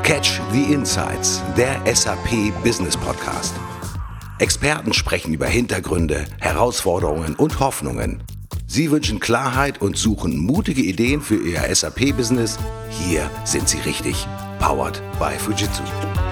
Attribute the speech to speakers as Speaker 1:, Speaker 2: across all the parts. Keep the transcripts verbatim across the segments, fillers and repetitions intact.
Speaker 1: Catch the Insights, der S A P Business Podcast. Experten sprechen über Hintergründe, Herausforderungen und Hoffnungen. Sie wünschen Klarheit und suchen mutige Ideen für Ihr S A P-Business. Hier sind Sie richtig. Powered by Fujitsu.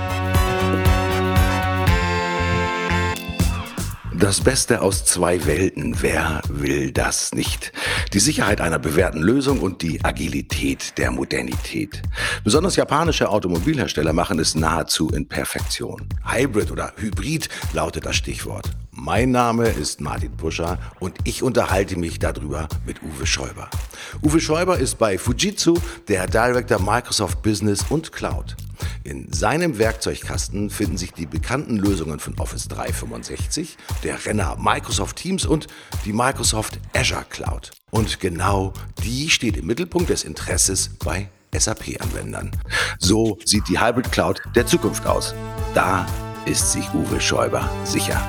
Speaker 1: Das Beste aus zwei Welten, wer will das nicht? Die Sicherheit einer bewährten Lösung und die Agilität der Modernität. Besonders japanische Automobilhersteller machen es nahezu in Perfektion. Hybrid oder Hybrid lautet das Stichwort. Mein Name ist Martin Puscher und ich unterhalte mich darüber mit Uwe Schäuber. Uwe Schäuber ist bei Fujitsu der Director Microsoft Business und Cloud. In seinem Werkzeugkasten finden sich die bekannten Lösungen von Office dreihundertfünfundsechzig, der Renner Microsoft Teams und die Microsoft Azure Cloud. Und genau die steht im Mittelpunkt des Interesses bei S A P-Anwendern. So sieht die Hybrid Cloud der Zukunft aus. Da ist sich Uwe Schäuber sicher.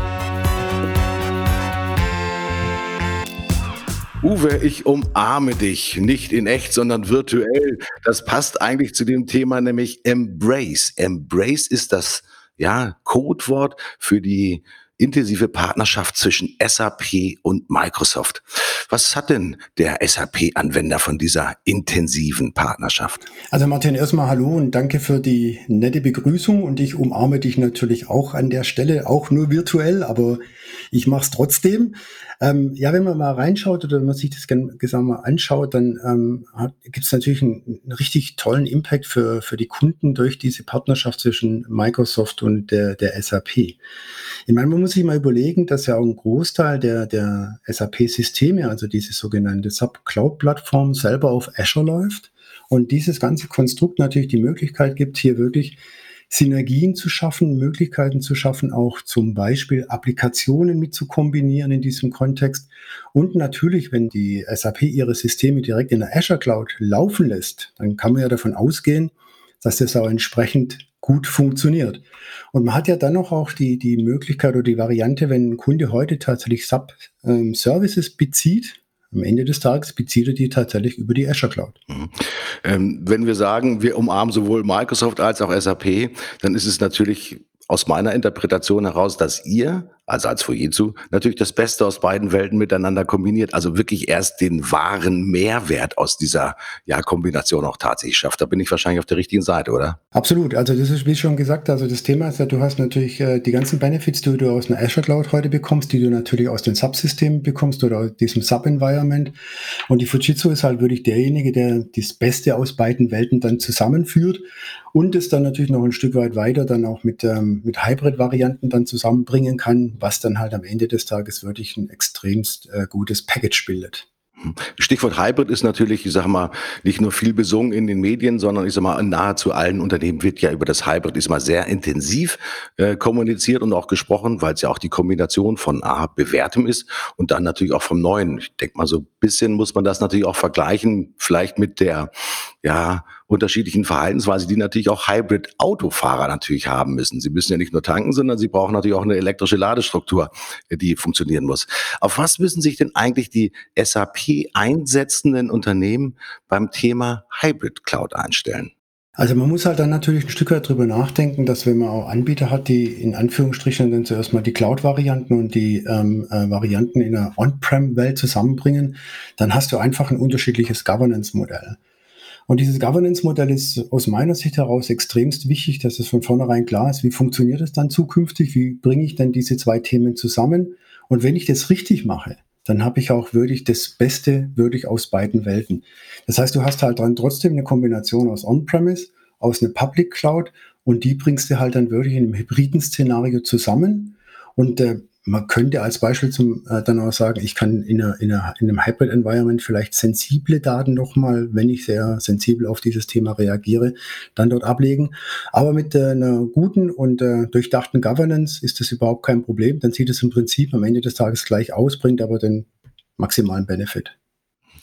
Speaker 1: Uwe, ich umarme dich, nicht in echt, sondern virtuell. Das passt eigentlich zu dem Thema, nämlich Embrace. Embrace ist das, ja, Codewort für die intensive Partnerschaft zwischen S A P und Microsoft. Was hat denn der S A P-Anwender von dieser intensiven Partnerschaft?
Speaker 2: Also Martin, erstmal hallo und danke für die nette Begrüßung und ich umarme dich natürlich auch an der Stelle, auch nur virtuell, aber ich mache es trotzdem. Ähm, ja, wenn man mal reinschaut oder wenn man sich das Gesamt mal anschaut, dann ähm, gibt es natürlich einen, einen richtig tollen Impact für, für die Kunden durch diese Partnerschaft zwischen Microsoft und der, der S A P. Ich meine, man muss sich mal überlegen, dass ja auch ein Großteil der, der S A P-Systeme, also diese sogenannte Sub-Cloud-Plattform, selber auf Azure läuft und dieses ganze Konstrukt natürlich die Möglichkeit gibt, hier wirklich Synergien zu schaffen, Möglichkeiten zu schaffen, auch zum Beispiel Applikationen mit zu kombinieren in diesem Kontext. Und natürlich, wenn die S A P ihre Systeme direkt in der Azure Cloud laufen lässt, dann kann man ja davon ausgehen, dass das auch entsprechend gut funktioniert. Und man hat ja dann noch auch die, die Möglichkeit oder die Variante, wenn ein Kunde heute tatsächlich Sub-Services bezieht, am Ende des Tages bezieht er die tatsächlich über die Azure Cloud.
Speaker 1: Mhm. Ähm, wenn wir sagen, wir umarmen sowohl Microsoft als auch S A P, dann ist es natürlich aus meiner Interpretation heraus, dass ihr, also als Fujitsu, natürlich das Beste aus beiden Welten miteinander kombiniert, also wirklich erst den wahren Mehrwert aus dieser ja, Kombination auch tatsächlich schafft. Da bin ich wahrscheinlich auf der richtigen Seite, oder?
Speaker 2: Absolut. Also das ist, wie schon gesagt, also das Thema ist ja, du hast natürlich äh, die ganzen Benefits, die du aus einer Azure Cloud heute bekommst, die du natürlich aus den Subsystemen bekommst oder aus diesem Sub-Environment. Und die Fujitsu ist halt wirklich derjenige, der das Beste aus beiden Welten dann zusammenführt und es dann natürlich noch ein Stück weit weiter dann auch mit, ähm, mit Hybrid-Varianten dann zusammenbringen kann, was dann halt am Ende des Tages wirklich ein extremst äh, gutes Package bildet.
Speaker 1: Stichwort Hybrid ist natürlich, ich sage mal, nicht nur viel besungen in den Medien, sondern ich sage mal, in nahezu allen Unternehmen wird ja über das Hybrid ist mal sehr intensiv äh, kommuniziert und auch gesprochen, weil es ja auch die Kombination von A, bewährtem ist und dann natürlich auch vom Neuen. Ich denke mal, so ein bisschen muss man das natürlich auch vergleichen, vielleicht mit der ja unterschiedlichen Verhaltensweise, die natürlich auch Hybrid-Autofahrer natürlich haben müssen. Sie müssen ja nicht nur tanken, sondern sie brauchen natürlich auch eine elektrische Ladestruktur, die funktionieren muss. Auf was müssen sich denn eigentlich die S A P einsetzenden Unternehmen beim Thema Hybrid Cloud einstellen?
Speaker 2: Also man muss halt dann natürlich ein Stück weit drüber nachdenken, dass wenn man auch Anbieter hat, die in Anführungsstrichen dann zuerst mal die Cloud-Varianten und die ähm, äh, Varianten in der On-Prem-Welt zusammenbringen, dann hast du einfach ein unterschiedliches Governance-Modell. Und dieses Governance-Modell ist aus meiner Sicht heraus extremst wichtig, dass es von vornherein klar ist, wie funktioniert es dann zukünftig, wie bringe ich denn diese zwei Themen zusammen. Und wenn ich das richtig mache, dann habe ich auch wirklich das Beste wirklich aus beiden Welten. Das heißt, du hast halt dann trotzdem eine Kombination aus On-Premise, aus einer Public Cloud und die bringst du halt dann wirklich in einem hybriden Szenario zusammen. Und äh, man könnte als Beispiel zum, äh, dann auch sagen, ich kann in, einer, in, einer, in einem Hybrid-Environment vielleicht sensible Daten nochmal, wenn ich sehr sensibel auf dieses Thema reagiere, dann dort ablegen. Aber mit äh, einer guten und äh, durchdachten Governance ist das überhaupt kein Problem. Dann sieht es im Prinzip am Ende des Tages gleich aus, bringt aber den maximalen Benefit.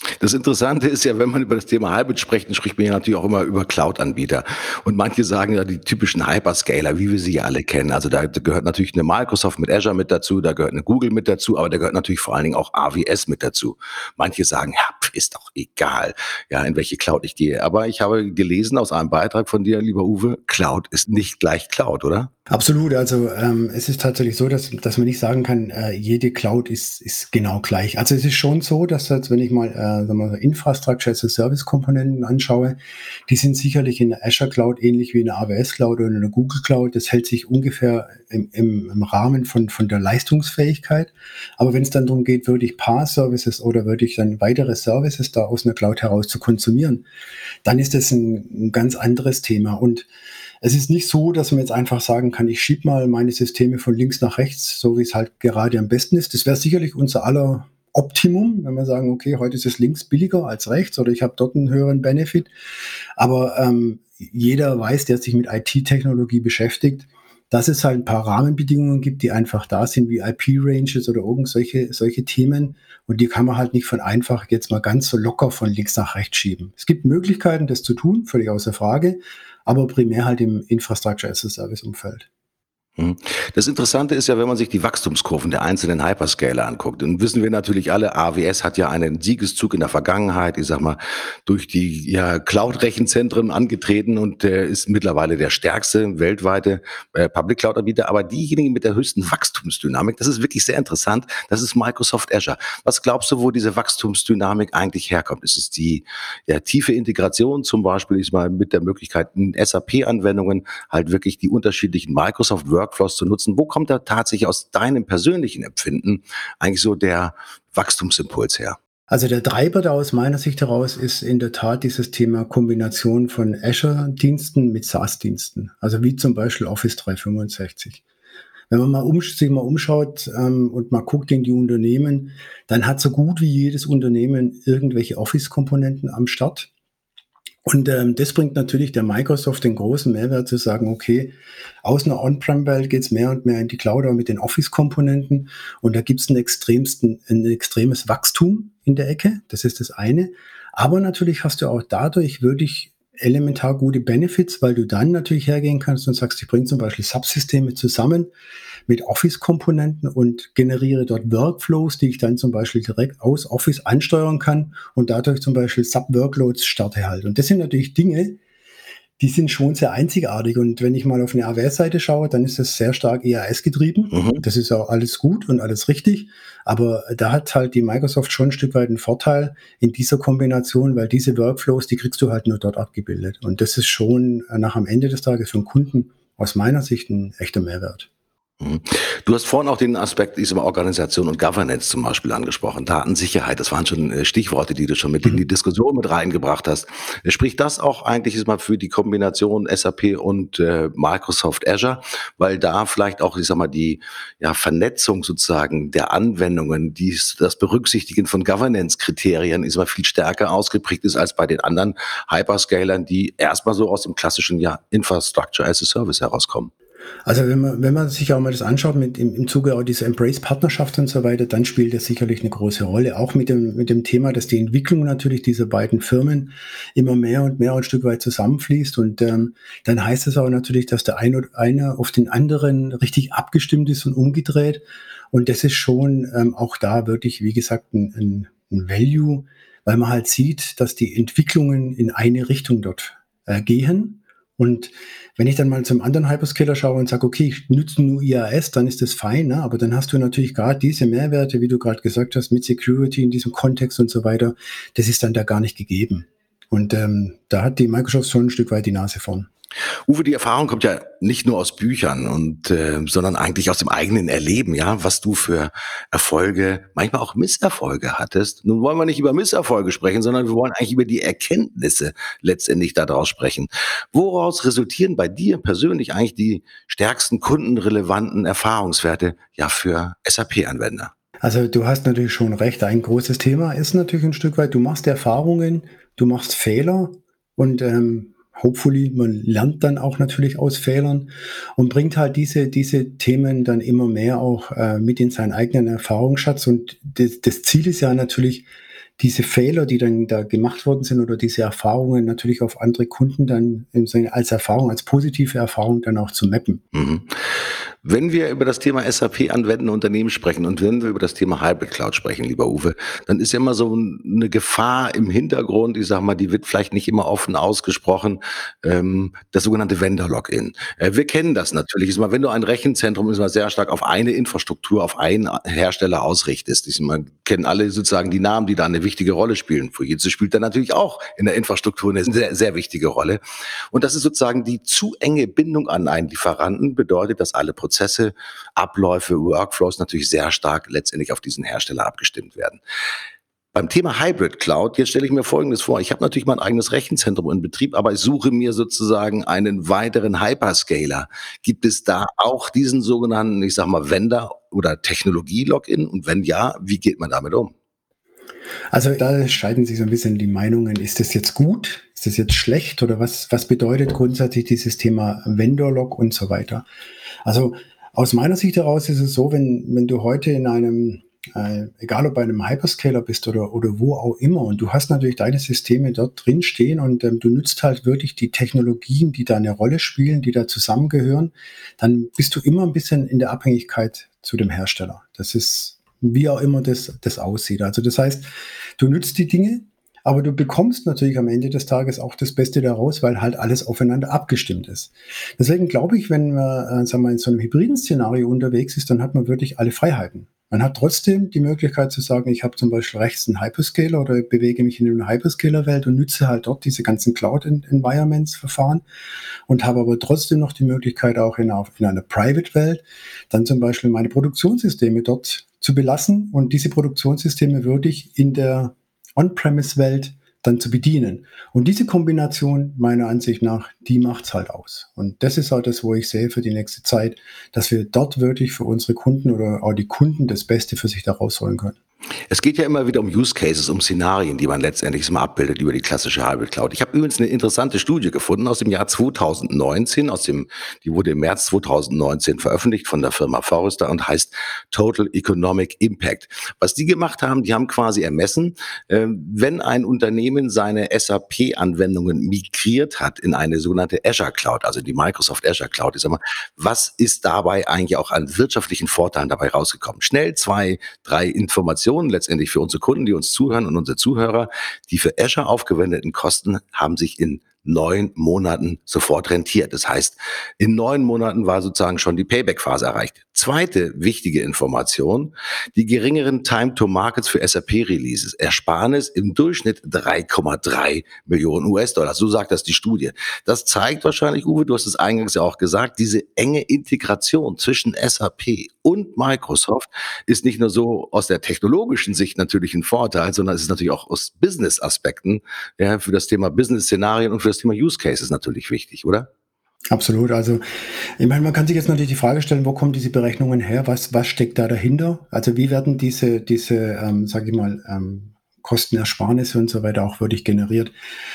Speaker 1: Das Interessante ist ja, wenn man über das Thema Hybrid spricht, dann spricht man ja natürlich auch immer über Cloud-Anbieter. Und manche sagen ja die typischen Hyperscaler, wie wir sie ja alle kennen. Also da gehört natürlich eine Microsoft mit Azure mit dazu, da gehört eine Google mit dazu, aber da gehört natürlich vor allen Dingen auch A W S mit dazu. Manche sagen, ja, pf, ist doch egal, ja, in welche Cloud ich gehe. Aber ich habe gelesen aus einem Beitrag von dir, lieber Uwe, Cloud ist nicht gleich Cloud, oder?
Speaker 2: Absolut, also ähm, es ist tatsächlich so, dass, dass man nicht sagen kann, äh, jede Cloud ist, ist genau gleich. Also es ist schon so, dass jetzt, wenn ich mal, äh, sagen wir mal Infrastructure as a Service Komponenten anschaue, die sind sicherlich in der Azure Cloud ähnlich wie in der A W S Cloud oder in der Google Cloud. Das hält sich ungefähr im, im, im Rahmen von, von der Leistungsfähigkeit. Aber wenn es dann darum geht, würde ich Paar-Services oder würde ich dann weitere Services da aus einer Cloud heraus zu konsumieren, dann ist das ein, ein ganz anderes Thema. Und es ist nicht so, dass man jetzt einfach sagen kann, ich schiebe mal meine Systeme von links nach rechts, so wie es halt gerade am besten ist. Das wäre sicherlich unser aller Optimum, wenn wir sagen, okay, heute ist es links billiger als rechts oder ich habe dort einen höheren Benefit. Aber ähm, jeder weiß, der sich mit I T-Technologie beschäftigt, dass es halt ein paar Rahmenbedingungen gibt, die einfach da sind, wie I P-Ranges oder irgend solche, solche Themen. Und die kann man halt nicht von einfach jetzt mal ganz so locker von links nach rechts schieben. Es gibt Möglichkeiten, das zu tun, völlig außer Frage, aber primär halt im Infrastructure as a Service Umfeld.
Speaker 1: Mhm. Das Interessante ist ja, wenn man sich die Wachstumskurven der einzelnen Hyperscaler anguckt, dann wissen wir natürlich alle, A W S hat ja einen Siegeszug in der Vergangenheit, ich sag mal, durch die ja, Cloud-Rechenzentren angetreten und äh, ist mittlerweile der stärkste weltweite äh, Public Cloud-Anbieter. Aber diejenigen mit der höchsten Wachstumsdynamik, das ist wirklich sehr interessant, das ist Microsoft Azure. Was glaubst du, wo diese Wachstumsdynamik eigentlich herkommt? Ist es die ja, tiefe Integration zum Beispiel, ich sag mal, mit der Möglichkeit, in S A P-Anwendungen halt wirklich die unterschiedlichen Microsoft Word Workflows zu nutzen? Wo kommt da tatsächlich aus deinem persönlichen Empfinden eigentlich so der Wachstumsimpuls her?
Speaker 2: Also der Treiber da aus meiner Sicht heraus ist in der Tat dieses Thema Kombination von Azure-Diensten mit SaaS-Diensten. Also wie zum Beispiel Office dreihundertfünfundsechzig. Wenn man mal um, sich mal umschaut ähm, und mal guckt in die Unternehmen, dann hat so gut wie jedes Unternehmen irgendwelche Office-Komponenten am Start. Und ähm, das bringt natürlich der Microsoft den großen Mehrwert zu sagen, okay, aus einer On-Prem-Welt geht's mehr und mehr in die Cloud, aber mit den Office-Komponenten. Und da gibt's ein, extremsten, ein extremes Wachstum in der Ecke. Das ist das eine. Aber natürlich hast du auch dadurch wirklich elementar gute Benefits, weil du dann natürlich hergehen kannst und sagst, ich bringe zum Beispiel Subsysteme zusammen mit Office-Komponenten und generiere dort Workflows, die ich dann zum Beispiel direkt aus Office ansteuern kann und dadurch zum Beispiel Sub-Workloads starte halt. Und das sind natürlich Dinge, die sind schon sehr einzigartig. Und wenn ich mal auf eine A W S-Seite schaue, dann ist das sehr stark E A S-getrieben.
Speaker 1: Mhm.
Speaker 2: Das ist auch alles gut und alles richtig. Aber da hat halt die Microsoft schon ein Stück weit einen Vorteil in dieser Kombination, weil diese Workflows, die kriegst du halt nur dort abgebildet. Und das ist schon nach am Ende des Tages für den Kunden aus meiner Sicht ein echter Mehrwert.
Speaker 1: Mhm. Du hast vorhin auch den Aspekt, ich sag mal, Organisation und Governance zum Beispiel angesprochen. Datensicherheit, das waren schon äh, Stichworte, die du schon mit in die Diskussion mit reingebracht hast. Äh, Spricht das auch eigentlich ist mal für die Kombination S A P und äh, Microsoft Azure, weil da vielleicht auch, ich sag mal, die ja, Vernetzung sozusagen der Anwendungen, die, das Berücksichtigen von Governance-Kriterien ist mal viel stärker ausgeprägt ist als bei den anderen Hyperscalern, die erstmal so aus dem klassischen ja, Infrastructure as a Service herauskommen.
Speaker 2: Also wenn man, wenn man sich auch mal das anschaut, mit im, im Zuge auch dieser Embrace-Partnerschaft und so weiter, dann spielt das sicherlich eine große Rolle. Auch mit dem, mit dem Thema, dass die Entwicklung natürlich dieser beiden Firmen immer mehr und mehr ein Stück weit zusammenfließt. Und ähm, dann heißt es auch natürlich, dass der eine oder eine auf den anderen richtig abgestimmt ist und umgedreht. Und das ist schon ähm, auch da wirklich, wie gesagt, ein, ein, ein Value, weil man halt sieht, dass die Entwicklungen in eine Richtung dort äh, gehen. Und wenn ich dann mal zum anderen Hyperscaler schaue und sage, okay, ich nutze nur I A S, dann ist das fein, ne? Aber dann hast du natürlich gerade diese Mehrwerte, wie du gerade gesagt hast, mit Security in diesem Kontext und so weiter, das ist dann da gar nicht gegeben. Und ähm, da hat die Microsoft schon ein Stück weit die Nase vorn.
Speaker 1: Uwe, die Erfahrung kommt ja nicht nur aus Büchern und äh, sondern eigentlich aus dem eigenen Erleben, ja, was du für Erfolge, manchmal auch Misserfolge hattest. Nun wollen wir nicht über Misserfolge sprechen, sondern wir wollen eigentlich über die Erkenntnisse letztendlich daraus sprechen. Woraus resultieren bei dir persönlich eigentlich die stärksten kundenrelevanten Erfahrungswerte ja für S A P-Anwender?
Speaker 2: Also du hast natürlich schon recht. Ein großes Thema ist natürlich ein Stück weit, du machst Erfahrungen, du machst Fehler und ähm, hopefully, man lernt dann auch natürlich aus Fehlern und bringt halt diese, diese Themen dann immer mehr auch äh, mit in seinen eigenen Erfahrungsschatz. Und das, das Ziel ist ja natürlich, diese Fehler, die dann da gemacht worden sind oder diese Erfahrungen natürlich auf andere Kunden dann im Sinne als Erfahrung, als positive Erfahrung dann auch zu mappen.
Speaker 1: Mhm. Wenn wir über das Thema S A P anwendende Unternehmen sprechen und wenn wir über das Thema Hybrid Cloud sprechen, lieber Uwe, dann ist ja immer so 'n 'ne Gefahr im Hintergrund, ich sage mal, die wird vielleicht nicht immer offen ausgesprochen, ähm, das sogenannte Vendor Lock-in. Äh, wir kennen das natürlich. Ist mal, wenn du ein Rechenzentrum ist mal sehr stark auf eine Infrastruktur, auf einen Hersteller ausrichtest. Ich meine, kennen alle sozusagen die Namen, die da eine wichtige Rolle spielen. Fujitsu spielt da natürlich auch in der Infrastruktur eine sehr, sehr wichtige Rolle. Und das ist sozusagen die zu enge Bindung an einen Lieferanten, bedeutet, dass alle Prozesse, Abläufe, Workflows natürlich sehr stark letztendlich auf diesen Hersteller abgestimmt werden. Beim Thema Hybrid Cloud, jetzt stelle ich mir Folgendes vor. Ich habe natürlich mein eigenes Rechenzentrum in Betrieb, aber ich suche mir sozusagen einen weiteren Hyperscaler. Gibt es da auch diesen sogenannten, ich sage mal, Vendor- oder Technologie-Login? Und wenn ja, wie geht man damit um?
Speaker 2: Also da scheiden sich so ein bisschen die Meinungen. Ist das jetzt gut? Ist das jetzt schlecht? Oder was, was bedeutet grundsätzlich dieses Thema Vendor-Lock und so weiter? Also aus meiner Sicht heraus ist es so, wenn, wenn du heute in einem, äh, egal ob bei einem Hyperscaler bist oder, oder wo auch immer, und du hast natürlich deine Systeme dort drin stehen und ähm, du nutzt halt wirklich die Technologien, die da eine Rolle spielen, die da zusammengehören, dann bist du immer ein bisschen in der Abhängigkeit zu dem Hersteller. Das ist, wie auch immer das, das aussieht. Also das heißt, du nutzt die Dinge, aber du bekommst natürlich am Ende des Tages auch das Beste daraus, weil halt alles aufeinander abgestimmt ist. Deswegen glaube ich, wenn man äh, sagen wir, in so einem hybriden Szenario unterwegs ist, dann hat man wirklich alle Freiheiten. Man hat trotzdem die Möglichkeit zu sagen, ich habe zum Beispiel rechts einen Hyperscaler oder bewege mich in eine Hyperscaler-Welt und nütze halt dort diese ganzen Cloud-Environments-Verfahren und habe aber trotzdem noch die Möglichkeit, auch in, einer- in einer Private-Welt dann zum Beispiel meine Produktionssysteme dort zu belassen und diese Produktionssysteme würde ich in der On-Premise-Welt dann zu bedienen. Und diese Kombination, meiner Ansicht nach, die macht's halt aus. Und das ist halt das, wo ich sehe für die nächste Zeit, dass wir dort wirklich für unsere Kunden oder auch die Kunden das Beste für sich da rausholen können.
Speaker 1: Es geht ja immer wieder um Use Cases, um Szenarien, die man letztendlich so mal abbildet über die klassische Hybrid Cloud. Ich habe übrigens eine interessante Studie gefunden aus dem Jahr zweitausendneunzehn, aus dem, die wurde im März zweitausendneunzehn veröffentlicht von der Firma Forrester und heißt Total Economic Impact. Was die gemacht haben, die haben quasi ermessen, äh, wenn ein Unternehmen seine S A P-Anwendungen migriert hat in eine sogenannte Azure Cloud, also die Microsoft Azure Cloud, ich sag mal, was ist dabei eigentlich auch an wirtschaftlichen Vorteilen dabei rausgekommen? Schnell zwei, drei Informationen letztendlich für unsere Kunden, die uns zuhören und unsere Zuhörer. Die für Azure aufgewendeten Kosten haben sich in neun Monaten sofort rentiert. Das heißt, in neun Monaten war sozusagen schon die Payback-Phase erreicht. Zweite wichtige Information, die geringeren Time-to-Markets für S A P-Releases. Ersparnis im Durchschnitt drei Komma drei Millionen U S-Dollar. So sagt das die Studie. Das zeigt wahrscheinlich, Uwe, du hast es eingangs ja auch gesagt, diese enge Integration zwischen S A P und Microsoft ist nicht nur so aus der technologischen Sicht natürlich ein Vorteil, sondern es ist natürlich auch aus Business-Aspekten, ja, für das Thema Business-Szenarien und für das Thema Use Cases natürlich wichtig, oder?
Speaker 2: Absolut. Also, ich meine, man kann sich jetzt natürlich die Frage stellen, wo kommen diese Berechnungen her? Was, was steckt da dahinter? Also, wie werden diese, diese, ähm, sage ich mal, ähm, Kostenersparnisse und so weiter auch wirklich generiert?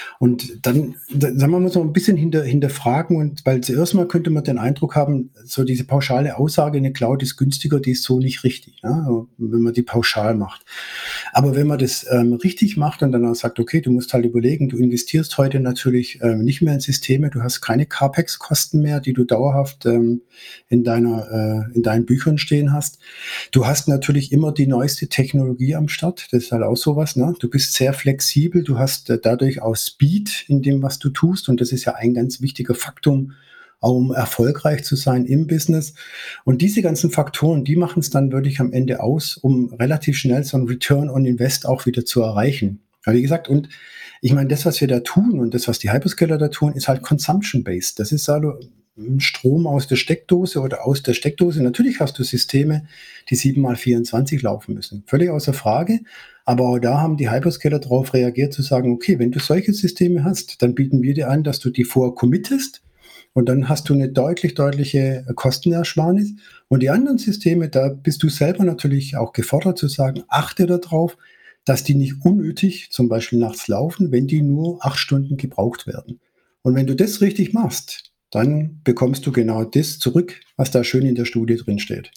Speaker 2: Und dann, da, sagen wir mal, so ein bisschen hinter, hinterfragen und, weil zuerst mal könnte man den Eindruck haben, so diese pauschale Aussage, eine Cloud ist günstiger, die ist so nicht richtig, ne? Wenn man die pauschal macht. Aber wenn man das ähm, richtig macht und dann auch sagt, okay, du musst halt überlegen, du investierst heute natürlich ähm, nicht mehr in Systeme, du hast keine CapEx-Kosten mehr, die du dauerhaft ähm, in deiner, äh, in deinen Büchern stehen hast. Du hast natürlich immer die neueste Technologie am Start, das ist halt auch sowas, ne? Du bist sehr flexibel, du hast äh, dadurch auch Speed in dem, was du tust und das ist ja ein ganz wichtiger Faktum, auch um erfolgreich zu sein im Business. Und diese ganzen Faktoren, die machen es dann wirklich am Ende aus, um relativ schnell so ein Return on Invest auch wieder zu erreichen. Aber wie gesagt, und ich meine, das, was wir da tun und das, was die Hyperscaler da tun, ist halt consumption-based. Das ist also Strom aus der Steckdose oder aus der Steckdose. Natürlich hast du Systeme, die sieben mal vierundzwanzig laufen müssen. Völlig außer Frage. Aber auch da haben die Hyperscaler darauf reagiert, zu sagen, okay, wenn du solche Systeme hast, dann bieten wir dir an, dass du die vorher committest. Und dann hast du eine deutlich, deutliche Kostenersparnis. Und die anderen Systeme, da bist du selber natürlich auch gefordert zu sagen, achte darauf, dass die nicht unnötig zum Beispiel nachts laufen, wenn die nur acht Stunden gebraucht werden. Und wenn du das richtig machst, dann bekommst du genau das zurück, was da schön in der Studie drin steht.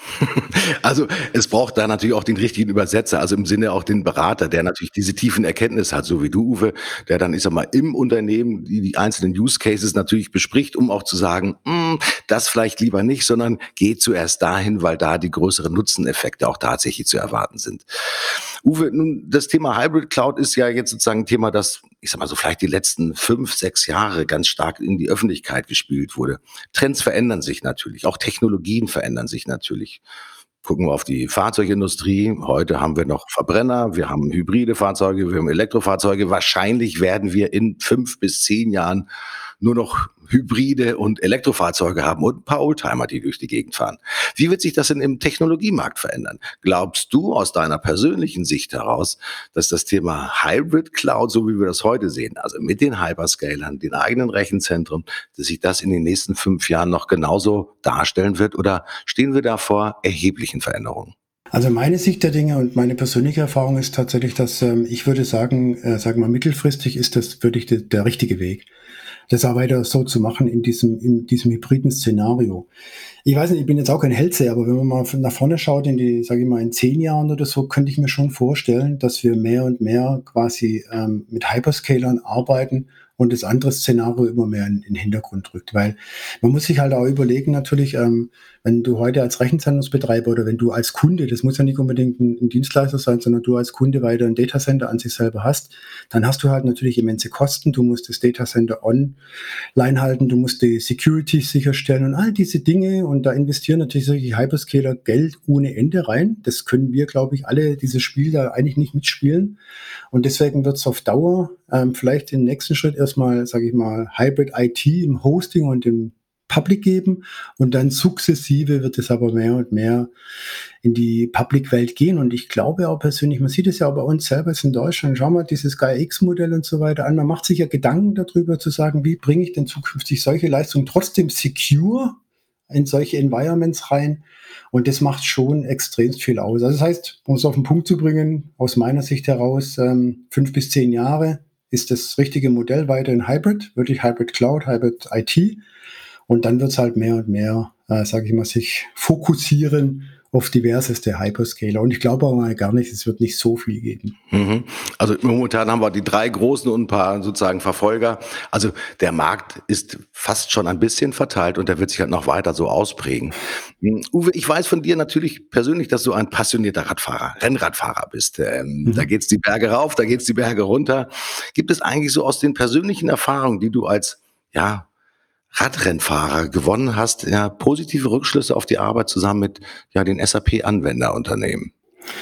Speaker 1: Also, es braucht da natürlich auch den richtigen Übersetzer, also im Sinne auch den Berater, der natürlich diese tiefen Erkenntnisse hat, so wie du, Uwe, der dann, ich sage mal, im Unternehmen die die einzelnen Use Cases natürlich bespricht, um auch zu sagen: „Hm, das vielleicht lieber nicht, sondern geh zuerst dahin, weil da die größeren Nutzeneffekte auch tatsächlich zu erwarten sind.“ Uwe, nun, das Thema Hybrid Cloud ist ja jetzt sozusagen ein Thema, das, ich sage mal so, vielleicht die letzten fünf, sechs Jahre ganz stark in die Öffentlichkeit gespielt wurde. Trends verändern sich natürlich, auch Technologien verändern sich natürlich. Gucken wir auf die Fahrzeugindustrie. Heute haben wir noch Verbrenner, wir haben hybride Fahrzeuge, wir haben Elektrofahrzeuge. Wahrscheinlich werden wir in fünf bis zehn Jahren nur noch Hybride und Elektrofahrzeuge haben und ein paar Oldtimer, die durch die Gegend fahren. Wie wird sich das denn im Technologiemarkt verändern? Glaubst du aus deiner persönlichen Sicht heraus, dass das Thema Hybrid Cloud, so wie wir das heute sehen, also mit den Hyperscalern, den eigenen Rechenzentren, dass sich das in den nächsten fünf Jahren noch genauso darstellen wird, oder stehen wir da vor erheblichen Veränderungen?
Speaker 2: Also meine Sicht der Dinge und meine persönliche Erfahrung ist tatsächlich, dass ähm, ich würde sagen, äh, sagen wir mittelfristig ist das wirklich de, der richtige Weg, das auch weiter so zu machen in diesem, in diesem hybriden Szenario. Ich weiß nicht, ich bin jetzt auch kein Hellseher, aber wenn man mal nach vorne schaut, in die, sage ich mal, in zehn Jahren oder so, könnte ich mir schon vorstellen, dass wir mehr und mehr quasi ähm, mit Hyperscalern arbeiten und das andere Szenario immer mehr in, in den Hintergrund rückt. Weil man muss sich halt auch überlegen, natürlich, ähm, wenn du heute als Rechenzentrumsbetreiber oder wenn du als Kunde, das muss ja nicht unbedingt ein, ein Dienstleister sein, sondern du als Kunde weiter ein Datacenter an sich selber hast, dann hast du halt natürlich immense Kosten. Du musst das Datacenter online halten, du musst die Security sicherstellen und all diese Dinge. Und da investieren natürlich solche Hyperscaler Geld ohne Ende rein. Das können wir, glaube ich, alle dieses Spiel da eigentlich nicht mitspielen. Und deswegen wird es auf Dauer ähm, vielleicht im nächsten Schritt erstmal, sage ich mal, Hybrid I T im Hosting und im Public geben und dann sukzessive wird es aber mehr und mehr in die Public-Welt gehen. Und ich glaube auch persönlich, man sieht es ja auch bei uns selber in Deutschland, schauen wir dieses Gaia X-Modell und so weiter an, man macht sich ja Gedanken darüber zu sagen, wie bringe ich denn zukünftig solche Leistungen trotzdem secure in solche Environments rein. Und das macht schon extrem viel aus. Also das heißt, um es auf den Punkt zu bringen, aus meiner Sicht heraus, ähm, fünf bis zehn Jahre ist das richtige Modell weiter in Hybrid, wirklich Hybrid Cloud, Hybrid I T. Und dann wird es halt mehr und mehr, äh, sage ich mal, sich fokussieren auf diverseste Hyperscaler. Und ich glaube auch mal gar nicht, es wird nicht so viel geben.
Speaker 1: Mhm. Also momentan haben wir die drei großen und ein paar sozusagen Verfolger. Also der Markt ist fast schon ein bisschen verteilt und der wird sich halt noch weiter so ausprägen. Mhm. Uwe, ich weiß von dir natürlich persönlich, dass du ein passionierter Radfahrer, Rennradfahrer bist. Ähm, mhm. Da geht's die Berge rauf, da geht's die Berge runter. Gibt es eigentlich so aus den persönlichen Erfahrungen, die du als, ja, Radrennfahrer gewonnen hast, ja, positive Rückschlüsse auf die Arbeit zusammen mit, ja, den S A P-Anwenderunternehmen?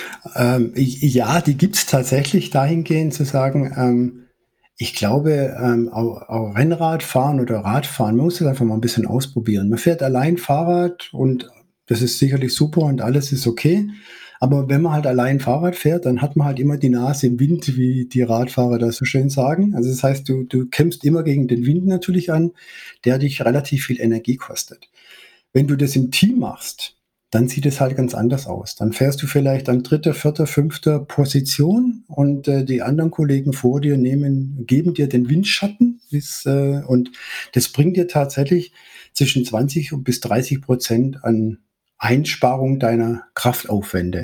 Speaker 2: Ähm, ich, ja, die gibt's tatsächlich dahingehend zu sagen, ähm, ich glaube, ähm, auch, auch Rennradfahren oder Radfahren, man muss es einfach mal ein bisschen ausprobieren. Man fährt allein Fahrrad und das ist sicherlich super und alles ist okay. Aber wenn man halt allein Fahrrad fährt, dann hat man halt immer die Nase im Wind, wie die Radfahrer das so schön sagen. Also das heißt, du, du kämpfst immer gegen den Wind natürlich an, der dich relativ viel Energie kostet. Wenn du das im Team machst, dann sieht es halt ganz anders aus. Dann fährst du vielleicht an dritter, vierter, fünfter Position und äh, die anderen Kollegen vor dir nehmen, geben dir den Windschatten bis, äh, und das bringt dir tatsächlich zwischen zwanzig bis dreißig Prozent an Einsparung deiner Kraftaufwände.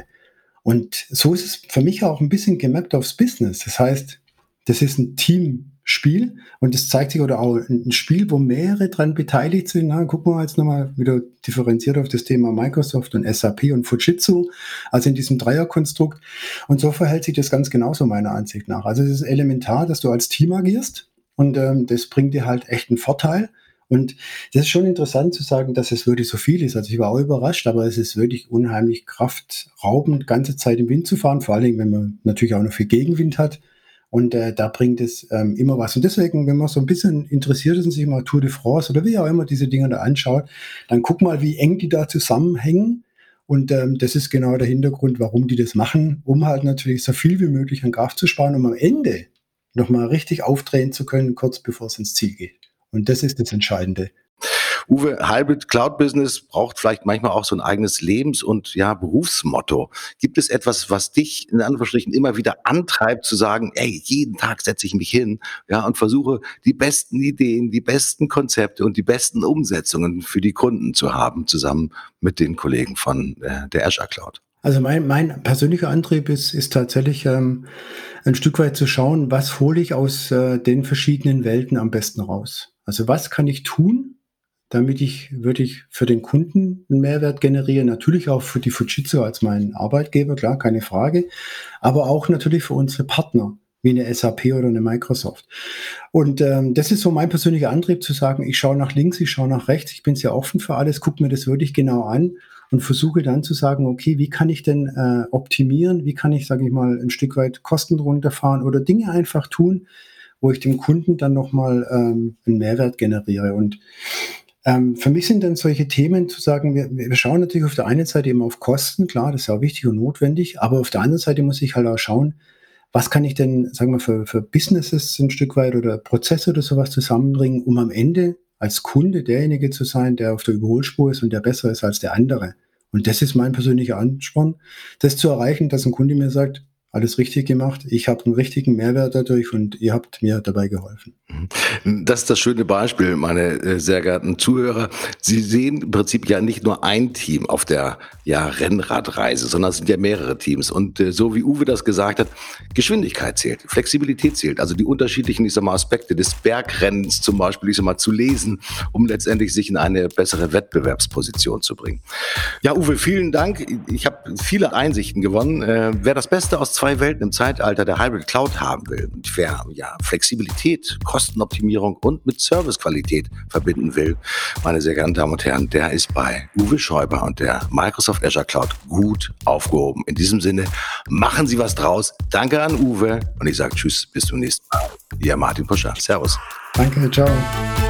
Speaker 2: Und so ist es für mich auch ein bisschen gemappt aufs Business. Das heißt, das ist ein Teamspiel und es zeigt sich oder auch ein Spiel, wo mehrere dran beteiligt sind. Na, gucken wir jetzt nochmal wieder differenziert auf das Thema Microsoft und S A P und Fujitsu, also in diesem Dreierkonstrukt. Und so verhält sich das ganz genauso meiner Ansicht nach. Also es ist elementar, dass du als Team agierst und ähm, das bringt dir halt echt einen Vorteil. Und das ist schon interessant zu sagen, dass es wirklich so viel ist. Also ich war auch überrascht, aber es ist wirklich unheimlich kraftraubend, ganze Zeit im Wind zu fahren, vor allem, wenn man natürlich auch noch viel Gegenwind hat. Und äh, da bringt es ähm, immer was. Und deswegen, wenn man so ein bisschen interessiert ist und sich mal Tour de France oder wie auch immer diese Dinge da anschaut, dann guck mal, wie eng die da zusammenhängen. Und ähm, das ist genau der Hintergrund, warum die das machen, um halt natürlich so viel wie möglich an Kraft zu sparen, um am Ende nochmal richtig aufdrehen zu können, kurz bevor es ins Ziel geht. Und das ist das Entscheidende.
Speaker 1: Uwe, Hybrid Cloud Business braucht vielleicht manchmal auch so ein eigenes Lebens- und ja, Berufsmotto. Gibt es etwas, was dich in Anführungsstrichen immer wieder antreibt zu sagen, ey, jeden Tag setze ich mich hin, ja, und versuche die besten Ideen, die besten Konzepte und die besten Umsetzungen für die Kunden zu haben, zusammen mit den Kollegen von äh, der Azure Cloud?
Speaker 2: Also mein, mein persönlicher Antrieb ist, ist tatsächlich ähm, ein Stück weit zu schauen, was hole ich aus äh, den verschiedenen Welten am besten raus. Also was kann ich tun, damit ich wirklich für den Kunden einen Mehrwert generiere, natürlich auch für die Fujitsu als meinen Arbeitgeber, klar, keine Frage, aber auch natürlich für unsere Partner, wie eine S A P oder eine Microsoft. Und ähm, das ist so mein persönlicher Antrieb, zu sagen, ich schaue nach links, ich schaue nach rechts, ich bin sehr offen für alles, gucke mir das wirklich genau an und versuche dann zu sagen, okay, wie kann ich denn äh, optimieren, wie kann ich, sage ich mal, ein Stück weit Kosten runterfahren oder Dinge einfach tun, wo ich dem Kunden dann nochmal ähm, einen Mehrwert generiere. Und ähm, für mich sind dann solche Themen zu sagen, wir, wir schauen natürlich auf der einen Seite eben auf Kosten, klar, das ist auch wichtig und notwendig, aber auf der anderen Seite muss ich halt auch schauen, was kann ich denn, sagen wir, für, für Businesses ein Stück weit oder Prozesse oder sowas zusammenbringen, um am Ende als Kunde derjenige zu sein, der auf der Überholspur ist und der besser ist als der andere. Und das ist mein persönlicher Ansporn, das zu erreichen, dass ein Kunde mir sagt, alles richtig gemacht, ich habe einen richtigen Mehrwert dadurch und ihr habt mir dabei geholfen.
Speaker 1: Das ist das schöne Beispiel, meine äh, sehr geehrten Zuhörer. Sie sehen im Prinzip ja nicht nur ein Team auf der ja, Rennradreise, sondern es sind ja mehrere Teams. Und äh, so wie Uwe das gesagt hat, Geschwindigkeit zählt, Flexibilität zählt, also die unterschiedlichen, ich sag mal, Aspekte des Bergrennens zum Beispiel, ich sag mal, zu lesen, um letztendlich sich in eine bessere Wettbewerbsposition zu bringen. Ja, Uwe, vielen Dank. Ich habe viele Einsichten gewonnen. Äh, wer das Beste aus zwei Welten im Zeitalter der Hybrid Cloud haben will und wer ja, Flexibilität, Kostenoptimierung und mit Servicequalität verbinden will, meine sehr geehrten Damen und Herren, der ist bei Uwe Schäuber und der Microsoft Azure Cloud gut aufgehoben. In diesem Sinne, machen Sie was draus. Danke an Uwe und ich sage Tschüss, bis zum nächsten Mal. Ihr Martin Puscher. Servus.
Speaker 2: Danke, ciao.